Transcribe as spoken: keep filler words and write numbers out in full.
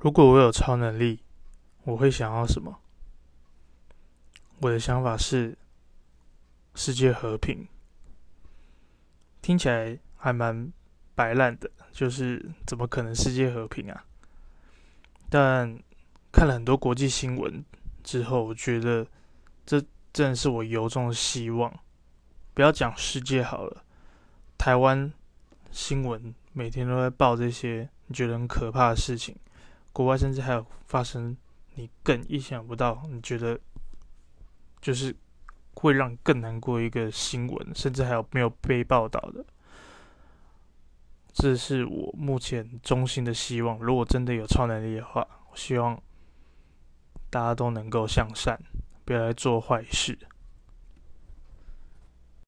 如果我有超能力，我会想要什么？我的想法是世界和平，听起来还蛮白烂的，就是怎么可能世界和平啊？但看了很多国际新闻之后，我觉得这真的是我由衷的希望。不要讲世界好了，台湾新闻每天都在报这些你觉得很可怕的事情，国外甚至还有发生你更意想不到，你觉得就是会让你更难过一个新闻，甚至还有没有被报道的。这是我目前衷心的希望。如果真的有超能力的话，我希望大家都能够向善，不要来做坏事。